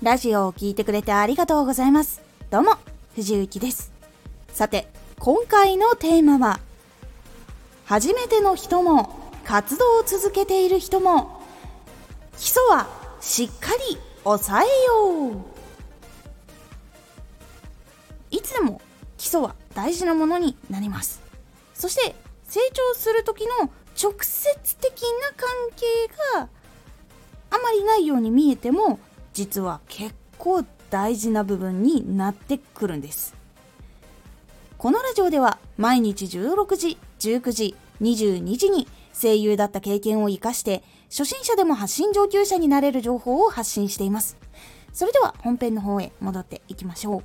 ラジオを聞いてくれてありがとうございます。どうも藤幸です。さて、今回のテーマは、初めての人も活動を続けている人も基礎はしっかり抑えよう。いつでも基礎は大事なものになります。そして成長する時の直接的な関係があまりないように見えても、実は結構大事な部分になってくるんです。このラジオでは毎日16時、19時、22時に声優だった経験を生かして初心者でも発信上級者になれる情報を発信しています。それでは本編の方へ戻っていきましょう。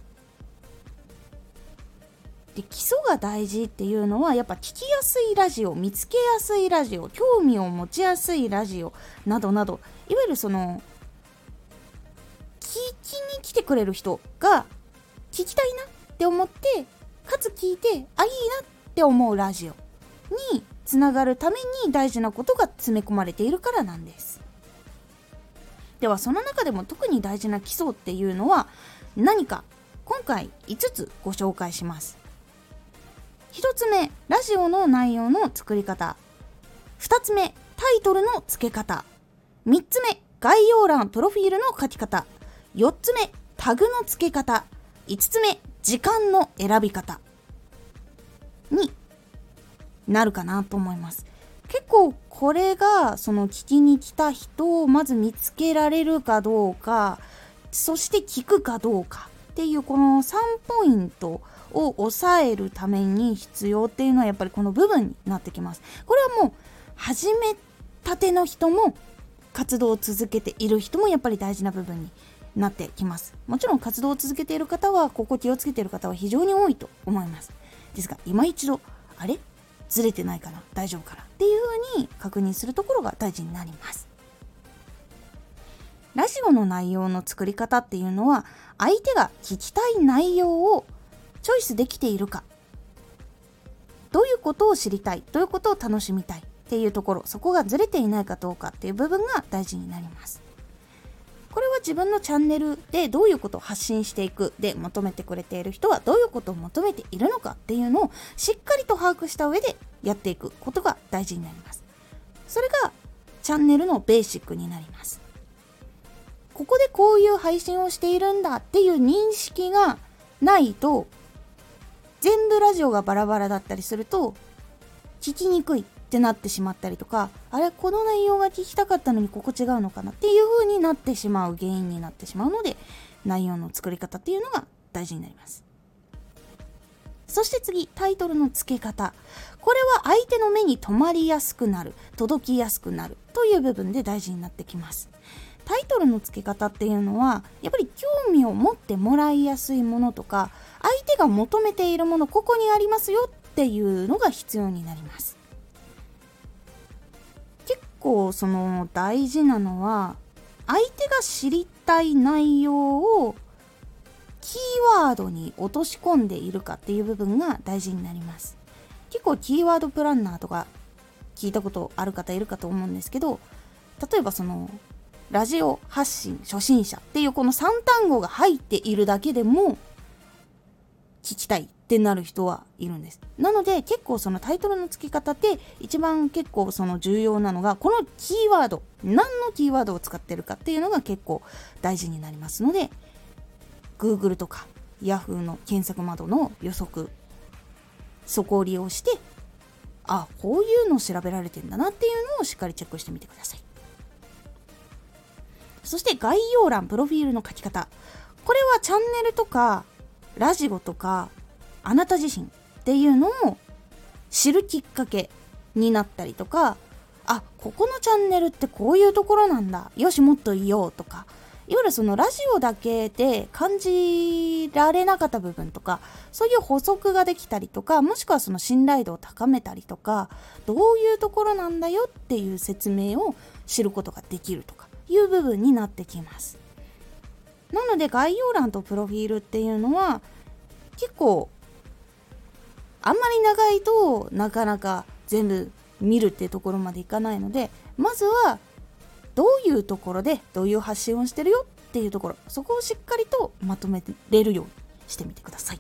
で、基礎が大事っていうのはやっぱ聞きやすいラジオ、見つけやすいラジオ、興味を持ちやすいラジオなどなど、いわゆるその聞きに来てくれる人が聞きたいなって思って、かつ聞いていいなって思うラジオにつながるために大事なことが詰め込まれているからなんです。ではその中でも特に大事な基礎っていうのは何か、今回5つご紹介します。1つ目、ラジオの内容の作り方。2つ目、タイトルの付け方。3つ目、概要欄プロフィールの書き方。4つ目、タグの付け方。5つ目、時間の選び方になるかなと思います。結構これがその聞きに来た人をまず見つけられるかどうか、そして聞くかどうかっていうこの3ポイントを抑えるために必要っていうのはやっぱりこの部分になってきます。これはもう始めたての人も活動を続けている人もやっぱり大事な部分になってきます。もちろん活動を続けている方は、ここ気をつけている方は非常に多いと思います。ですが今一度、あれずれてないかな、大丈夫かなっていう風に確認するところが大事になります。ラジオの内容の作り方っていうのは、相手が聞きたい内容をチョイスできているか、どういうことを知りたい、どういうことを楽しみたいっていうところ、そこがずれていないかどうかっていう部分が大事になります。これは自分のチャンネルでどういうことを発信していくで求めてくれている人はどういうことを求めているのかっていうのをしっかりと把握した上でやっていくことが大事になります。それがチャンネルのベーシックになります。ここでこういう配信をしているんだっていう認識がないと、全部ラジオがバラバラだったりすると聞きにくいってなってしまったりとか、あれこの内容が聞きたかったのにここ違うのかなっていう風になってしまう原因になってしまうので、内容の作り方っていうのが大事になります。そして次、タイトルの付け方。これは相手の目に留まりやすくなる、届きやすくなるという部分で大事になってきます。タイトルの付け方っていうのはやっぱり興味を持ってもらいやすいものとか、相手が求めているもの、ここにありますよっていうのが必要になります。結構その大事なのは、相手が知りたい内容をキーワードに落とし込んでいるかっていう部分が大事になります。結構キーワードプランナーとか聞いたことある方いるかと思うんですけど、例えばそのラジオ発信初心者っていうこの3単語が入っているだけでも聞きたいってなる人はいるんです。なので結構そのタイトルの付け方って一番結構その重要なのが、このキーワード、何のキーワードを使ってるかっていうのが結構大事になりますので、 Google とか Yahoo の検索窓の予測、そこを利用して、あ、こういうのを調べられてんだなっていうのをしっかりチェックしてみてください。そして概要欄プロフィールの書き方。これはチャンネルとかラジオとかあなた自身っていうのを知るきっかけになったりとか、あ、ここのチャンネルってこういうところなんだ、よしもっといようとか、いわゆるそのラジオだけで感じられなかった部分とか、そういう補足ができたりとか、もしくはその信頼度を高めたりとか、どういうところなんだよっていう説明を知ることができるとかいう部分になってきます。なので概要欄とプロフィールっていうのは結構あんまり長いとなかなか全部見るっていうところまでいかないので、まずはどういうところでどういう発信をしてるよっっていうところ、そこをしっかりとまとめれるようにしてみてください。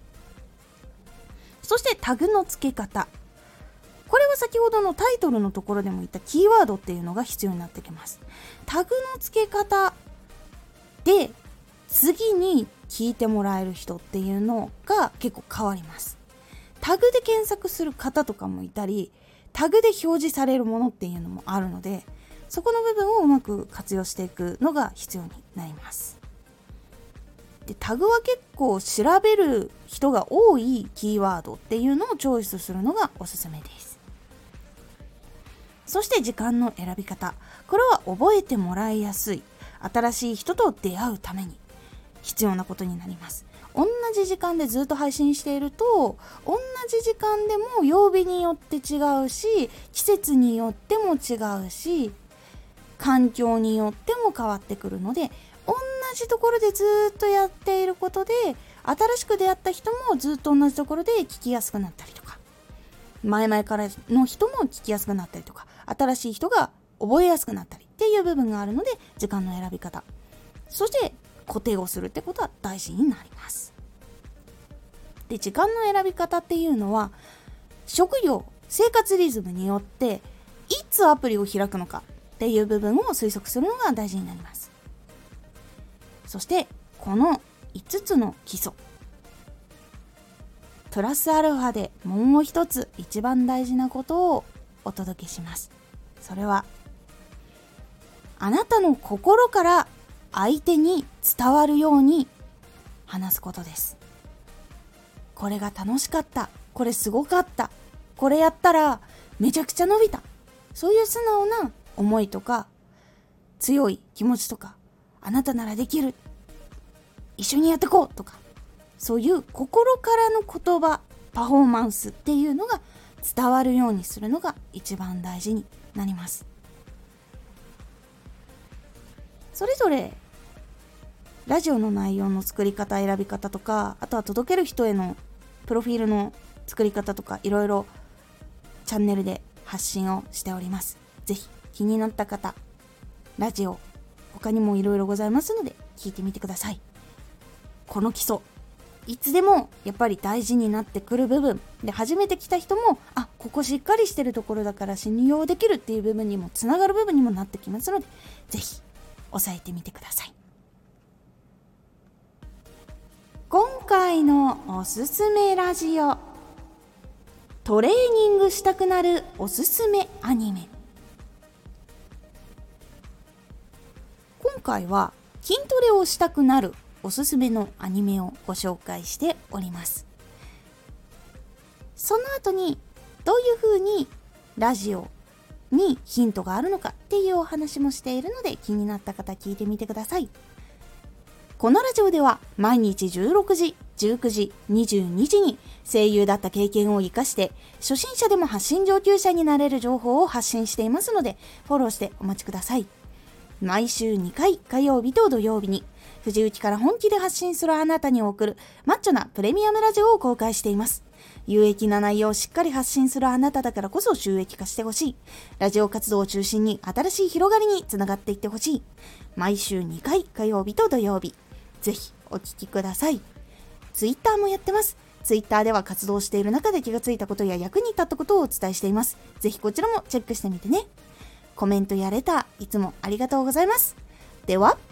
そしてタグの付け方、これは先ほどのタイトルのところでも言ったキーワードっていうのが必要になってきます。タグの付け方で次に聞いてもらえる人っていうのが結構変わります。タグで検索する方とかもいたり、タグで表示されるものっていうのもあるので、そこの部分をうまく活用していくのが必要になります。で、タグは結構調べる人が多いキーワードっていうのをチョイスするのがおすすめです。そして時間の選び方、これは覚えてもらいやすい、新しい人と出会うために必要なことになります。同じ時間でずっと配信していると、同じ時間でも曜日によって違うし、季節によっても違うし、環境によっても変わってくるので、同じところでずっとやっていることで、新しく出会った人もずっと同じところで聞きやすくなったりとか、前々からの人も聞きやすくなったりとか、新しい人が覚えやすくなったりっていう部分があるので、時間の選び方、そして固定をするってことは大事になります。で、時間の選び方っていうのは、職業、生活リズムによっていつアプリを開くのかっていう部分を推測するのが大事になります。そしてこの5つの基礎プラスアルファでもう一つ一番大事なことをお届けします。それはあなたの心から相手に伝わるように話すことです。これが楽しかった、これすごかった、これやったらめちゃくちゃ伸びた、そういう素直な思いとか強い気持ちとか、あなたならできる、一緒にやってこうとか、そういう心からの言葉、パフォーマンスっていうのが伝わるようにするのが一番大事になります。それぞれラジオの内容の作り方、選び方とか、あとは届ける人へのプロフィールの作り方とか、いろいろチャンネルで発信をしております。ぜひ気になった方、ラジオ他にもいろいろございますので聞いてみてください。この基礎、いつでもやっぱり大事になってくる部分で、初めて来た人もここしっかりしてるところだから信用できるっていう部分にもつながる部分にもなってきますので、ぜひ押さえてみてください。今回のおすすめラジオ、トレーニングしたくなるおすすめアニメ。今回は筋トレをしたくなるおすすめのアニメをご紹介しております。その後にどういう風にラジオにヒントがあるのかっていうお話もしているので、気になった方聞いてみてください。このラジオでは毎日16時、19時、22時に声優だった経験を生かして初心者でも発信上級者になれる情報を発信していますので、フォローしてお待ちください。毎週2回、火曜日と土曜日に藤雪から本気で発信するあなたに送るマッチョなプレミアムラジオを公開しています。有益な内容をしっかり発信するあなただからこそ収益化してほしい。ラジオ活動を中心に新しい広がりにつながっていってほしい。毎週2回、火曜日と土曜日、ぜひお聞きください。ツイッターもやってます。ツイッターでは活動している中で気がついたことや役に立ったことをお伝えしています。ぜひこちらもチェックしてみてね。コメントやレターいつもありがとうございます。では。